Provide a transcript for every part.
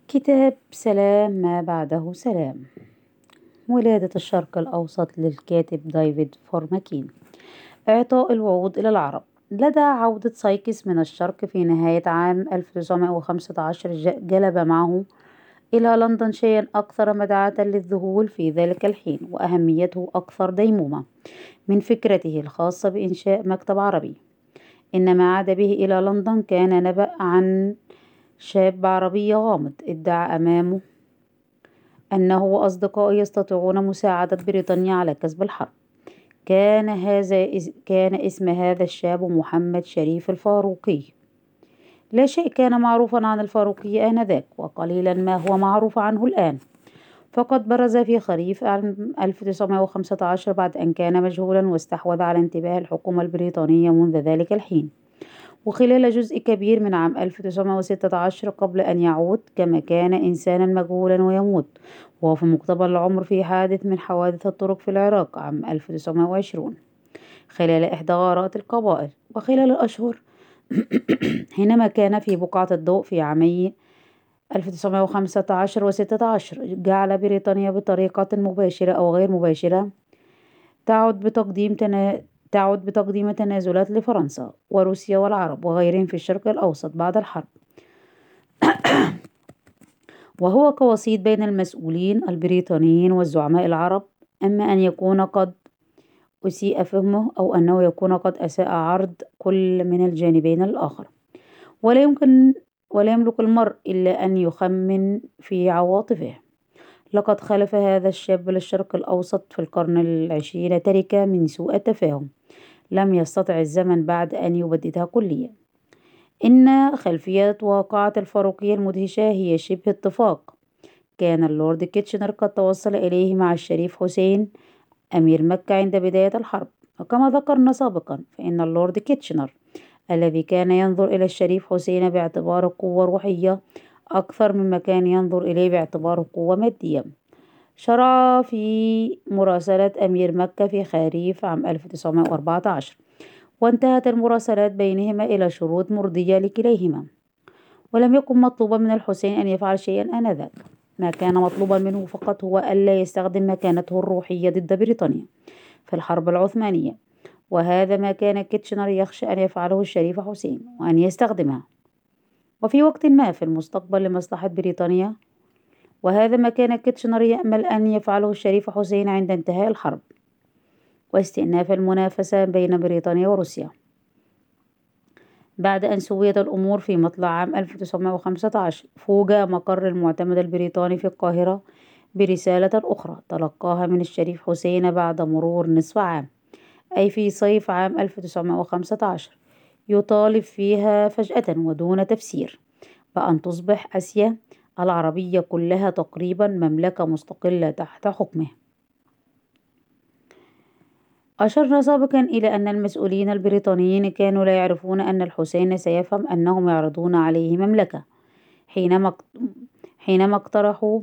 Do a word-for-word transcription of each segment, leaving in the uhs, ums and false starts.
كتاب سلام ما بعده سلام. ولادة الشرق الأوسط للكاتب ديفيد فورماكين. إعطاء الوعود إلى العرب. لدى عودة سايكس من الشرق في نهاية عام ألف وتسعمائة وخمسة عشر ج- جلب معه إلى لندن شيئا أكثر مدعاة للذهول في ذلك الحين وأهميته أكثر ديمومة من فكرته الخاصة بإنشاء مكتب عربي. إن ما عاد به إلى لندن كان نبأ عن شاب عربي غامض ادعى أمامه أنه وأصدقائه يستطيعون مساعدة بريطانيا على كسب الحرب. كان هذا كان اسم هذا الشاب محمد شريف الفاروقي. لا شيء كان معروفا عن الفاروقي آنذاك وقليلا ما هو معروف عنه الآن. فقد برز في خريف عام ألف وتسعمائة وخمسة عشر بعد أن كان مجهولا واستحوذ على انتباه الحكومة البريطانية منذ ذلك الحين، وخلال جزء كبير من عام ألف وتسعمائة وستة عشر قبل أن يعود كما كان إنسانا مجهولا ويموت وهو في مقتبل العمر في حادث من حوادث الطرق في العراق عام ألف وتسعمائة وعشرين خلال إحدى غارات القبائل. وخلال الأشهر حينما كان في بقعة الضوء في عامي ألف وتسعمائة وخمسة عشر وستة عشر جعل بريطانيا بطريقة مباشرة أو غير مباشرة تعد بتقديم تنا... تعد بتقديم تنازلات لفرنسا وروسيا والعرب وغيرهم في الشرق الأوسط بعد الحرب، وهو كوسيط بين المسؤولين البريطانيين والزعماء العرب، أما أن يكون قد أسيء فهمه أو أنه يكون قد أساء عرض كل من الجانبين الآخر. ولا يمكن ولا يملك المرء إلا أن يخمن في عواطفه. لقد خلف هذا الشاب للشرق الأوسط في القرن العشرين تركة من سوء التفاهم لم يستطع الزمن بعد أن يبددها كليا. إن خلفية واقعة الفاروقية المدهشة هي شبه اتفاق كان اللورد كيتشنر قد توصل إليه مع الشريف حسين أمير مكة عند بداية الحرب. وكما ذكرنا سابقا فإن اللورد كيتشنر الذي كان ينظر إلى الشريف حسين باعتباره قوة روحية أكثر مما كان ينظر إليه باعتباره قوة مادية، شرع في مراسلة أمير مكة في خريف عام ألف وتسعمائة وأربعة عشر، وانتهت المراسلات بينهما إلى شروط مرضية لكليهما. ولم يكن مطلوبا من الحسين أن يفعل شيئا آنذاك. ما كان مطلوبا منه فقط هو ألا يستخدم مكانته الروحية ضد بريطانيا في الحرب العثمانية، وهذا ما كان كيتشنر يخشى أن يفعله الشريف حسين وأن يستخدمها وفي وقت ما في المستقبل لمصلحة بريطانيا، وهذا ما كان كيتشنر يأمل أن يفعله الشريف حسين عند انتهاء الحرب واستئناف المنافسة بين بريطانيا وروسيا. بعد أن سويت الأمور في مطلع عام ألف وتسعمائة وخمسة عشر فوجئ مقر المعتمد البريطاني في القاهرة برسالة أخرى تلقاها من الشريف حسين بعد مرور نصف عام، أي في صيف عام ألف وتسعمائة وخمسة عشر، يطالب فيها فجأة ودون تفسير بأن تصبح آسيا العربية كلها تقريبا مملكة مستقلة تحت حكمه. أشرنا سابقا إلى أن المسؤولين البريطانيين كانوا لا يعرفون أن الحسين سيفهم أنهم يعرضون عليه مملكة حينما حينما اقترحوا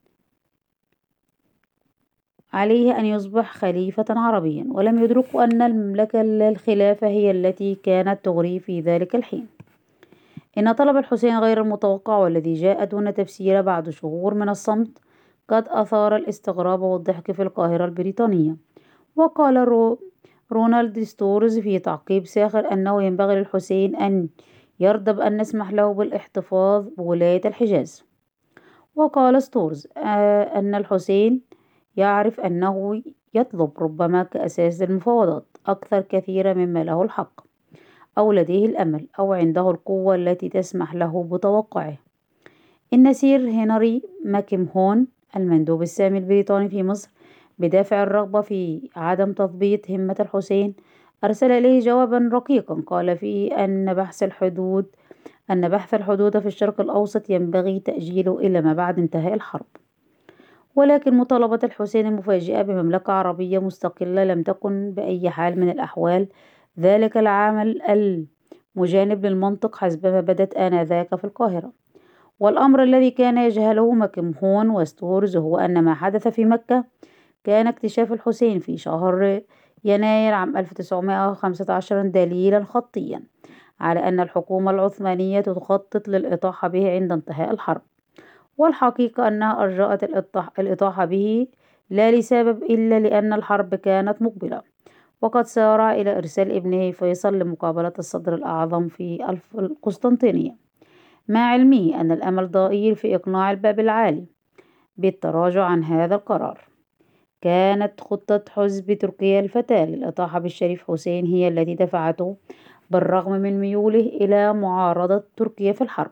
عليه أن يصبح خليفة عربيا، ولم يدركوا أن المملكة الخلافة هي التي كانت تغري في ذلك الحين. إن طلب الحسين غير المتوقع والذي جاء دون تفسير بعد شهور من الصمت قد أثار الاستغراب والضحك في القاهرة البريطانية. وقال رو رونالد ستورز في تعقيب ساخر أنه ينبغي للحسين أن يرضى بأن نسمح له بالاحتفاظ بولاية الحجاز. وقال ستورز آه أن الحسين يعرف أنه يطلب ربما كأساس للمفاوضات أكثر كثيرا مما له الحق أو لديه الأمل أو عنده القوة التي تسمح له بتوقعه. إن سير هنري ماكمهون المندوب السامي البريطاني في مصر بدافع الرغبة في عدم تثبيط همة الحسين أرسل إليه جوابا رقيقا قال فيه أن بحث الحدود أن بحث الحدود في الشرق الأوسط ينبغي تأجيله إلى ما بعد انتهاء الحرب. ولكن مطالبة الحسين المفاجئة بمملكة عربية مستقلة لم تكن بأي حال من الأحوال ذلك العمل المجانب للمنطق حسبما بدت آنذاك في القاهرة. والأمر الذي كان يجهله ماكمهون وستورز هو أن ما حدث في مكة كان اكتشاف الحسين في شهر يناير عام ألف وتسعمائة وخمسة عشر دليلا خطيا على أن الحكومة العثمانية تخطط للإطاحة به عند انتهاء الحرب. والحقيقة أنها أرجأت الإطاح- الإطاحة به لا لسبب إلا لأن الحرب كانت مقبلة، وقد سارع إلى إرسال ابنه فيصل لمقابلة الصدر الأعظم في الف- القسطنطينية، مع علمه أن الأمل ضئيل في إقناع الباب العالي بالتراجع عن هذا القرار. كانت خطة حزب تركيا الفتاة للإطاحة بالشريف حسين هي التي دفعته بالرغم من ميوله إلى معارضة تركيا في الحرب،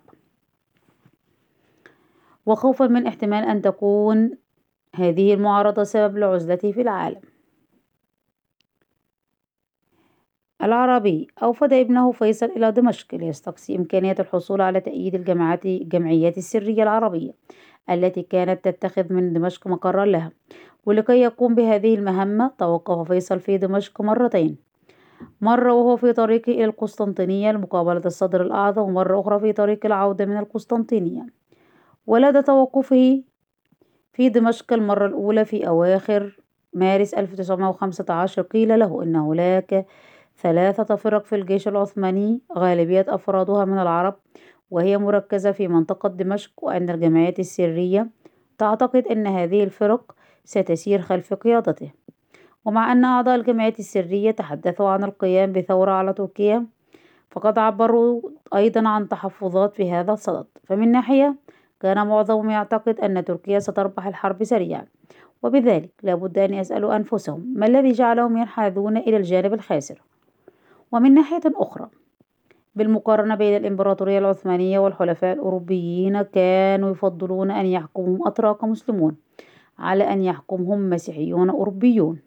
وخوفا من احتمال أن تكون هذه المعارضة سبب لعزلته في العالم العربي. أوفد ابنه فيصل إلى دمشق ليستقصي إمكانية الحصول على تأييد الجماعات الجمعيات السرية العربية التي كانت تتخذ من دمشق مقرا لها. ولكي يقوم بهذه المهمة توقف فيصل في دمشق مرتين، مرة وهو في طريقه إلى القسطنطينية لمقابلة الصدر الأعظم، ومرة أخرى في طريق العودة من القسطنطينية. ولدى توقفه في دمشق المرة الأولى في أواخر مارس ألف وتسعمائة وخمسة عشر قيل له إن هناك ثلاثة فرق في الجيش العثماني غالبية أفرادها من العرب، وهي مركزة في منطقة دمشق، وأن الجمعيات السرية تعتقد أن هذه الفرق ستسير خلف قيادته. ومع أن أعضاء الجمعيات السرية تحدثوا عن القيام بثورة على تركيا، فقد عبروا أيضا عن تحفظات في هذا الصدد. فمن ناحية كان معظمهم يعتقد أن تركيا ستربح الحرب سريعا، وبذلك لا بد أن يسألوا أنفسهم ما الذي جعلهم ينحازون إلى الجانب الخاسر. ومن ناحية أخرى، بالمقارنة بين الإمبراطورية العثمانية والحلفاء الأوروبيين، كانوا يفضلون أن يحكمهم أتراك مسلمون على أن يحكمهم مسيحيون أوروبيون.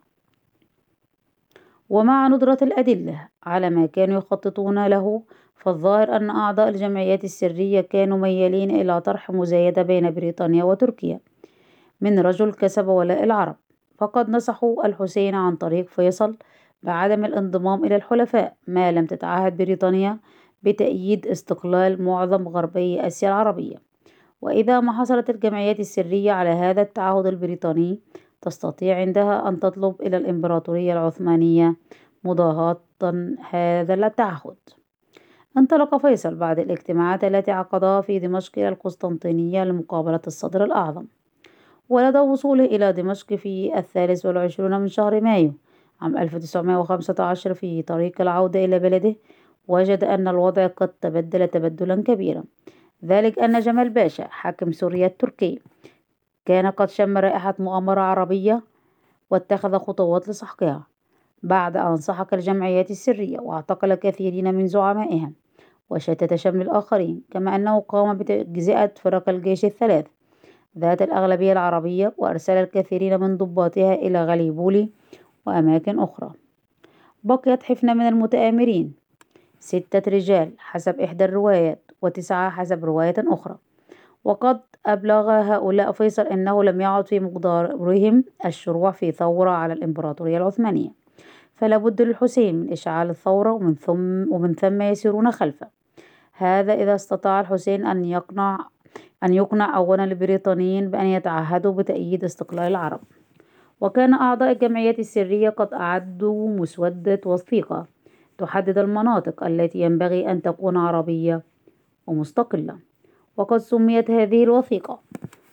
ومع ندرة الأدلة على ما كانوا يخططون له، فالظاهر أن أعضاء الجمعيات السرية كانوا ميالين إلى طرح مزايدة بين بريطانيا وتركيا من رجل كسب ولاء العرب. فقد نصحوا الحسين عن طريق فيصل بعدم الانضمام إلى الحلفاء ما لم تتعهد بريطانيا بتأييد استقلال معظم غربي آسيا العربية. وإذا ما حصلت الجمعيات السرية على هذا التعهد البريطاني، تستطيع عندها أن تطلب إلى الإمبراطورية العثمانية مضاهاة هذا التعهد. انطلق فيصل بعد الاجتماعات التي عقدها في دمشق إلى القسطنطينية لمقابلة الصدر الأعظم. ولدى وصوله إلى دمشق في الثالث والعشرون من شهر مايو عام ألف وتسعمائة وخمسة عشر في طريق العودة إلى بلده، وجد أن الوضع قد تبدل تبدلا كبيرا. ذلك أن جمال باشا حاكم سوريا التركي كان قد شم رائحة مؤامرة عربية واتخذ خطوات لسحقها، بعد أن سحق الجمعيات السرية واعتقل كثيرين من زعمائها وشتت شمل الآخرين، كما أنه قام بتجزئة فرق الجيش الثلاث ذات الأغلبية العربية، وأرسل الكثيرين من ضباطها إلى غليبولي وأماكن أخرى. بقيت حفنة من المتآمرين، ستة رجال حسب إحدى الروايات وتسعة حسب رواية أخرى. وقد أبلغ هؤلاء فيصل أنه لم يعد في مقدارهم الشروع في ثورة على الإمبراطورية العثمانية، فلا بد للحسين من إشعال الثورة، ومن ثم ومن ثم يسيرون خلفه. هذا إذا استطاع الحسين أن يقنع أن يقنع أولا البريطانيين بأن يتعهدوا بتأييد استقلال العرب. وكان أعضاء الجمعيات السرية قد أعدوا مسودة وثيقة تحدد المناطق التي ينبغي أن تكون عربية ومستقلة، وقد سميت هذه الوثيقة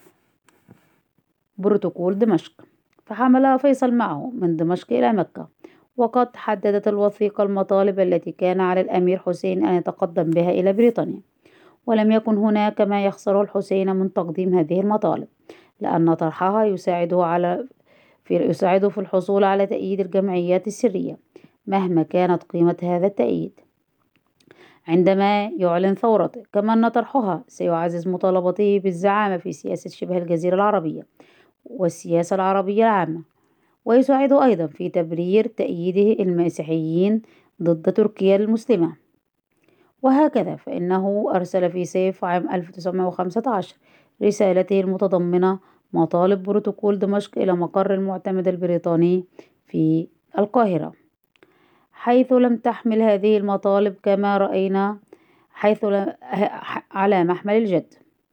بروتوكول دمشق، فحملها فيصل معه من دمشق إلى مكة. وقد حددت الوثيقة المطالب التي كان على الأمير حسين أن يتقدم بها إلى بريطانيا، ولم يكن هناك ما يخسره الحسين من تقديم هذه المطالب، لأن طرحها يساعده على في يساعده في الحصول على تأييد الجمعيات السرية مهما كانت قيمة هذا التأييد عندما يعلن ثورته. كما أن طرحها سيعزز مطالبته بالزعامة في سياسة شبه الجزيرة العربية والسياسة العربية العامة، ويساعده أيضا في تبرير تأييده المسيحيين ضد تركيا المسلمة. وهكذا فإنه أرسل في صيف عام ألف وتسعمائة وخمسة عشر رسالته المتضمنة مطالب بروتوكول دمشق إلى مقر المعتمد البريطاني في القاهرة، حيث لم تحمل هذه المطالب كما رأينا حيث على محمل الجد.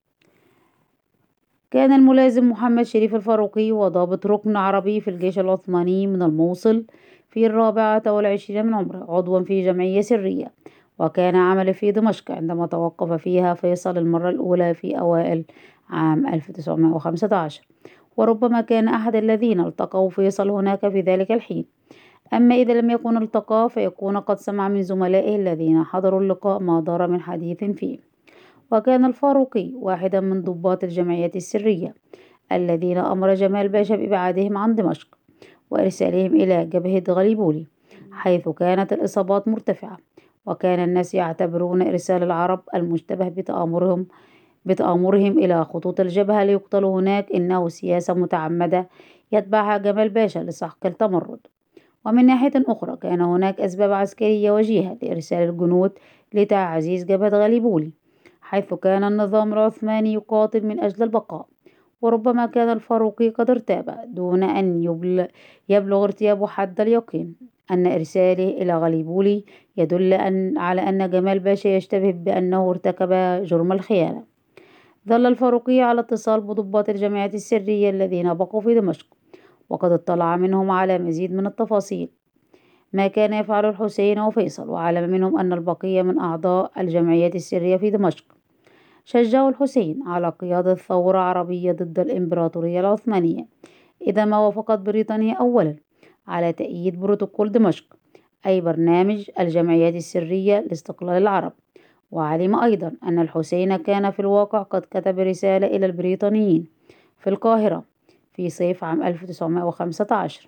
كان الملازم محمد شريف الفاروقي وضابط ركن عربي في الجيش العثماني من الموصل في الرابعة والعشرين من عمره عضوا في جمعية سرية، وكان عمل في دمشق عندما توقف فيها فيصل المرة الأولى في أوائل عام ألف وتسعمائة وخمسة عشر، وربما كان أحد الذين التقوا فيصل هناك في ذلك الحين. أما إذا لم يكن التقى فيكون قد سمع من زملائه الذين حضروا اللقاء ما دار من حديث فيه. وكان الفاروقي واحدا من ضباط الجمعيات السرية الذين أمر جمال باشا بإبعادهم عن دمشق وإرسالهم إلى جبهة غليبولي، حيث كانت الإصابات مرتفعة، وكان الناس يعتبرون إرسال العرب المشتبه بتآمرهم بتآمرهم إلى خطوط الجبهة ليقتلوا هناك إنه سياسة متعمدة يتبعها جمال باشا لسحق التمرد. ومن ناحية أخرى كان هناك أسباب عسكرية وجيهة لإرسال الجنود لتعزيز جبهة غليبولي، حيث كان النظام العثماني يقاتل من أجل البقاء. وربما كان الفاروقي قد ارتاب دون أن يبلغ ارتيابه حد اليقين أن إرساله إلى غليبولي يدل أن على أن جمال باشا يشتبه بأنه ارتكب جرم الخيانة. ظل الفاروقي على اتصال بضباط الجمعيات السرية الذين بقوا في دمشق، وقد اطلع منهم على مزيد من التفاصيل ما كان يفعله الحسين وفيصل، وعلم منهم أن البقية من أعضاء الجمعيات السرية في دمشق شجعوا الحسين على قيادة ثورة عربية ضد الإمبراطورية العثمانية إذا ما وافقت بريطانيا أولا على تأييد بروتوكول دمشق، أي برنامج الجمعيات السرية لاستقلال العرب. وعلم أيضا أن الحسين كان في الواقع قد كتب رسالة إلى البريطانيين في القاهرة في صيف عام ألف وتسعمائة وخمسة عشر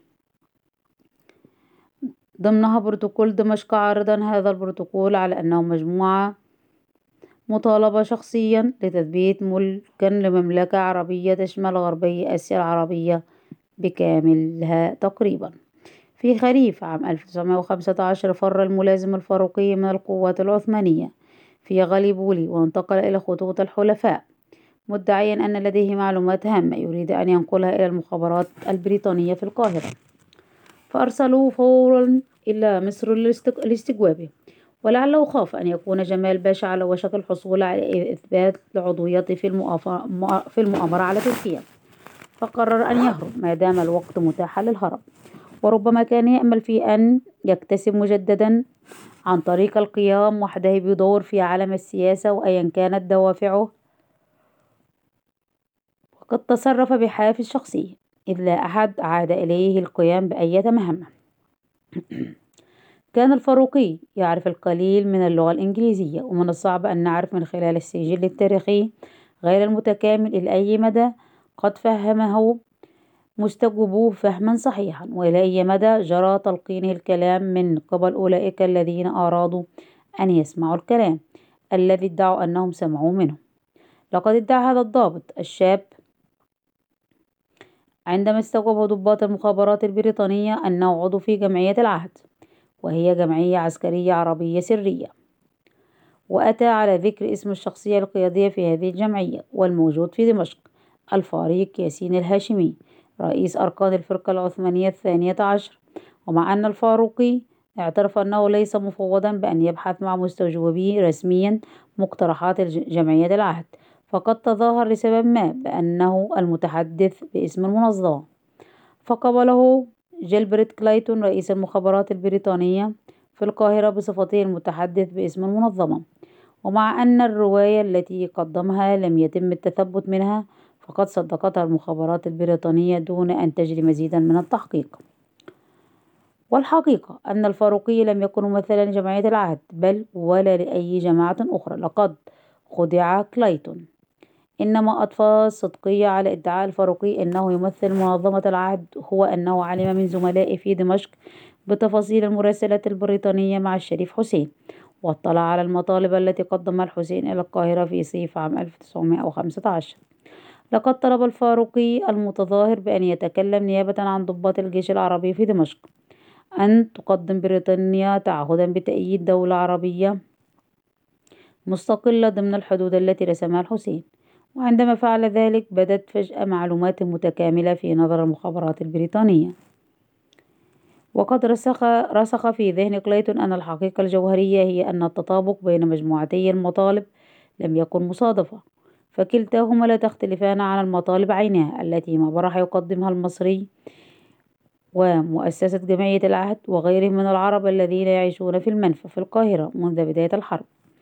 ضمنها بروتوكول دمشق، عارضا هذا البروتوكول على أنه مجموعة مطالبة شخصيا لتثبيت ملكا لمملكة عربية تشمل غربي آسيا العربية بكاملها تقريبا. في خريف عام ألف وتسعمائة وخمسة عشر فر الملازم الفاروقي من القوات العثمانية في غليبولي وانتقل إلى خطوط الحلفاء، مدعيا أن لديه معلومات هامة يريد أن ينقلها إلى المخابرات البريطانية في القاهرة، فأرسلوه فورا إلى مصر لاستجوابه. ولعله خاف أن يكون جمال باشا على وشك الحصول على إثبات لعضويته في في المؤامرة على تركيا، فقرر أن يهرب ما دام الوقت متاحا للهرب. وربما كان يأمل في أن يكتسب مجددا عن طريق القيام وحده بدور في عالم السياسة وأيا كانت دوافعه، وقد تصرف بحافز شخصي إذ لا أحد عاد إليه القيام بأية مهمة. كان الفاروقي يعرف القليل من اللغة الإنجليزية، ومن الصعب أن نعرف من خلال السجل التاريخي غير المتكامل إلى أي مدى قد فهمه مستجوبوه فهما صحيحا، وإلى أي مدى جرى تلقينه الكلام من قبل أولئك الذين أرادوا أن يسمعوا الكلام الذي ادعوا أنهم سمعوا منه. لقد ادعى هذا الضابط الشاب عندما استجوب ضباط المخابرات البريطانية أنه عضو في جمعية العهد، وهي جمعية عسكرية عربية سرية، وأتى على ذكر اسم الشخصية القيادية في هذه الجمعية والموجود في دمشق، الفريق ياسين الهاشمي رئيس أركان الفرقة العثمانية الثانية عشر. ومع أن الفاروقي اعترف أنه ليس مفوضا بأن يبحث مع مستجوبيه رسميا مقترحات جمعية العهد، فقد تظاهر لسبب ما بأنه المتحدث باسم المنظمة، فقبله جيلبرت كلايتون رئيس المخابرات البريطانية في القاهرة بصفته المتحدث باسم المنظمة. ومع أن الرواية التي قدمها لم يتم التثبت منها، فقد صدقتها المخابرات البريطانية دون أن تجري مزيدا من التحقيق. والحقيقة أن الفاروقي لم يكن ممثلا لجمعية العهد بل ولا لأي جماعة أخرى، لقد خدع كلايتون، إنما أضفى الصدقية على ادعاء الفاروقي أنه يمثل منظمة العهد هو أنه علم من زملائه في دمشق بتفاصيل المراسلات البريطانية مع الشريف حسين، واطلع على المطالب التي قدمها الحسين إلى القاهرة في صيف عام ألف وتسعمائة وخمسة عشر. لقد طلب الفاروقي المتظاهر بأن يتكلم نيابة عن ضباط الجيش العربي في دمشق أن تقدم بريطانيا تعهدا بتأييد دولة عربية مستقلة ضمن الحدود التي رسمها الحسين. وعندما فعل ذلك بدت فجأة معلومات متكاملة في نظر المخابرات البريطانية، وقد رسخ, رسخ في ذهن كلايتون أن الحقيقة الجوهرية هي أن التطابق بين مجموعتي المطالب لم يكن مصادفة، فكلتاهما لا تختلفان عن المطالب عينها التي ما برح يقدمها المصري ومؤسسة جمعية العهد وغيرهم من العرب الذين يعيشون في المنفى في القاهرة منذ بداية الحرب.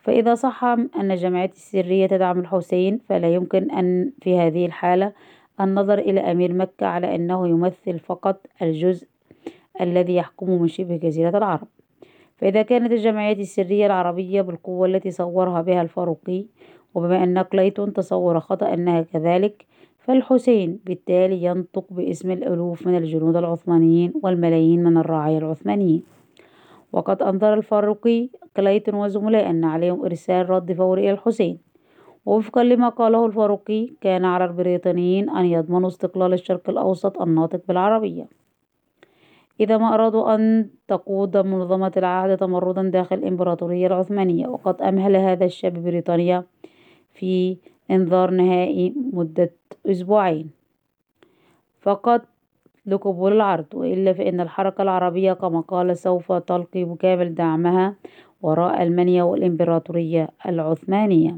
فإذا صح أن الجمعيات السرية تدعم الحسين، فلا يمكن أن في هذه الحالة النظر إلى أمير مكة على أنه يمثل فقط الجزء الذي يحكمه من شبه جزيرة العرب. فإذا كانت الجمعيات السرية العربية بالقوة التي صورها بها الفاروقي، وبما أن كليتون تصور خطأ أنها كذلك، فالحسين بالتالي ينطق باسم الألوف من الجنود العثمانيين والملايين من الرعايا العثمانيين. وقد أنظر الفاروقي كليتون وزملائه أن عليهم إرسال رد فوري إلى الحسين. ووفقا لما قاله الفاروقي، كان على البريطانيين أن يضمنوا استقلال الشرق الأوسط الناطق بالعربية إذا ما أرادوا أن تقود منظمة العهد تمردا داخل الإمبراطورية العثمانية. وقد أمهل هذا الشاب بريطانيا في إنذار نهائي مدة أسبوعين فقط لقبول العرض، وإلا فإن الحركة العربية كما قال سوف تلقي بكامل دعمها وراء ألمانيا والإمبراطورية العثمانية.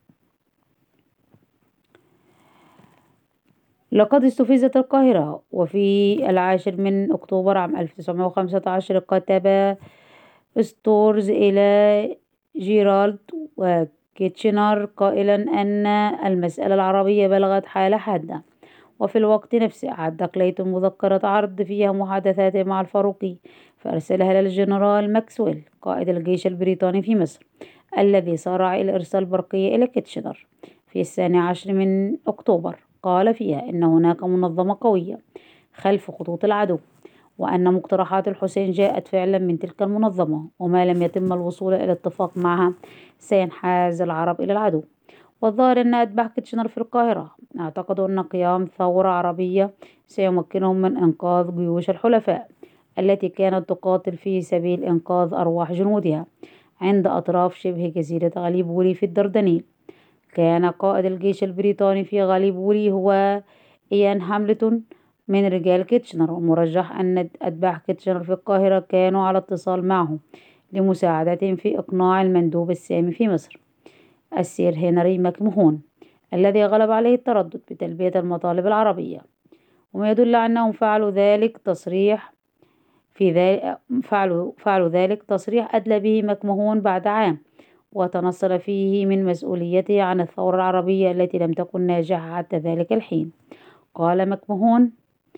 لقد استفزت القاهرة. وفي العاشر من أكتوبر عام ألف وتسعمائة وخمسة عشر كتب ستورز إلى جيرالد وكيتشنر قائلا أن المسألة العربية بلغت حالة حادة. وفي الوقت نفسه أعد كليتون مذكرة عرض فيها محادثات مع الفاروقي، فأرسلها للجنرال ماكسويل قائد الجيش البريطاني في مصر، الذي سارع إلى إرسال برقية إلى كيتشنر في الثاني عشر من أكتوبر. قال فيها إن هناك منظمة قوية خلف خطوط العدو، وأن مقترحات الحسين جاءت فعلا من تلك المنظمة، وما لم يتم الوصول إلى اتفاق معها سينحاز العرب إلى العدو. والظاهر أن أتباع كيتشنر في القاهرة اعتقدوا أن قيام ثورة عربية سيمكنهم من إنقاذ جيوش الحلفاء التي كانت تقاتل في سبيل إنقاذ أرواح جنودها عند أطراف شبه جزيرة غاليبولي في الدردنيل. كان قائد الجيش البريطاني في غاليبولي هو إيان هاملتون من رجال كيتشنر، ومرجح أن أتباع كيتشنر في القاهرة كانوا على اتصال معه لمساعدتهم في إقناع المندوب السامي في مصر السير هنري ماكمهون، الذي غلب عليه التردد بتلبية المطالب العربية. وما يدل على أنهم فعلوا ذلك تصريح في ذلك فعلوا فعلوا ذلك تصريح أدلى به ماكمهون بعد عام، وتنصل فيه من مسؤوليته عن الثورة العربية التي لم تكن ناجحة حتى ذلك الحين. قال ماكمهون: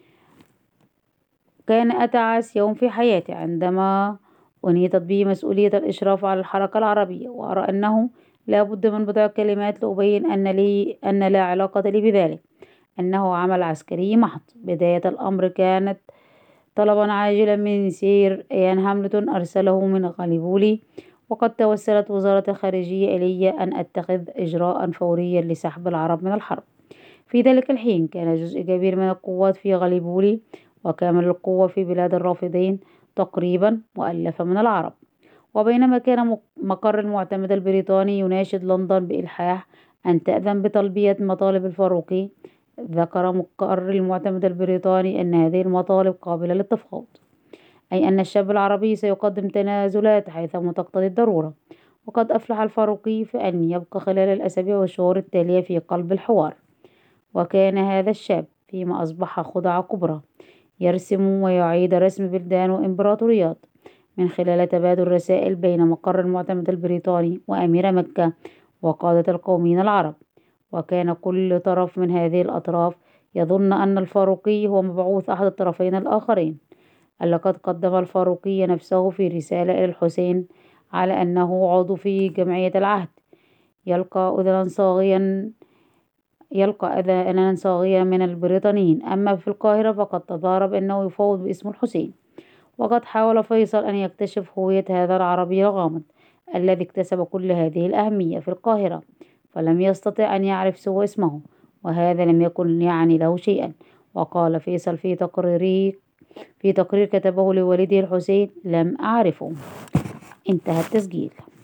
كان أتعس يوم في حياتي عندما أنيطت به مسؤولية الإشراف على الحركة العربية، وأرى أنه لا بد من بضع كلمات لأبين أن لي أن لا علاقة لي بذلك، أنه عمل عسكري محض. بداية الأمر كانت طلبا عاجلا من سير إيان هاملتون أرسله من غاليبولي، وقد توسلت وزارة الخارجية إلي أن أتخذ إجراء فوريا لسحب العرب من الحرب. في ذلك الحين كان جزء كبير من القوات في غاليبولي وكامل القوة في بلاد الرافدين تقريبا مؤلفة من العرب. وبينما كان مقر المعتمد البريطاني يناشد لندن بإلحاح أن تأذن بتلبية مطالب الفاروقي، ذكر مقر المعتمد البريطاني أن هذه المطالب قابلة للتفاوض، أي أن الشاب العربي سيقدم تنازلات حيثما تقتضي الضرورة. وقد أفلح الفاروقي في أن يبقى خلال الأسابيع والشهور التالية في قلب الحوار. وكان هذا الشاب فيما أصبح خدعة كبرى يرسم ويعيد رسم بلدان وإمبراطوريات من خلال تبادل رسائل بين مقر المعتمد البريطاني وأمير مكة وقادة القوميين العرب. وكان كل طرف من هذه الأطراف يظن أن الفاروقي هو مبعوث أحد الطرفين الآخرين. لقد قدم الفاروقي نفسه في رسالة إلى الحسين على أنه عضو في جمعية العهد يلقى أذنا صاغيا يلقى أذانا صاغية من البريطانيين. أما في القاهرة فقد تضارب أنه يفاوض باسم الحسين. وقد حاول فيصل أن يكتشف هوية هذا العربي الغامض الذي اكتسب كل هذه الأهمية في القاهرة، فلم يستطع أن يعرف سوى اسمه، وهذا لم يكن يعني له شيئا. وقال فيصل في تقريره في تقرير كتبه لوالده الحسين: لم أعرفه. انتهى التسجيل.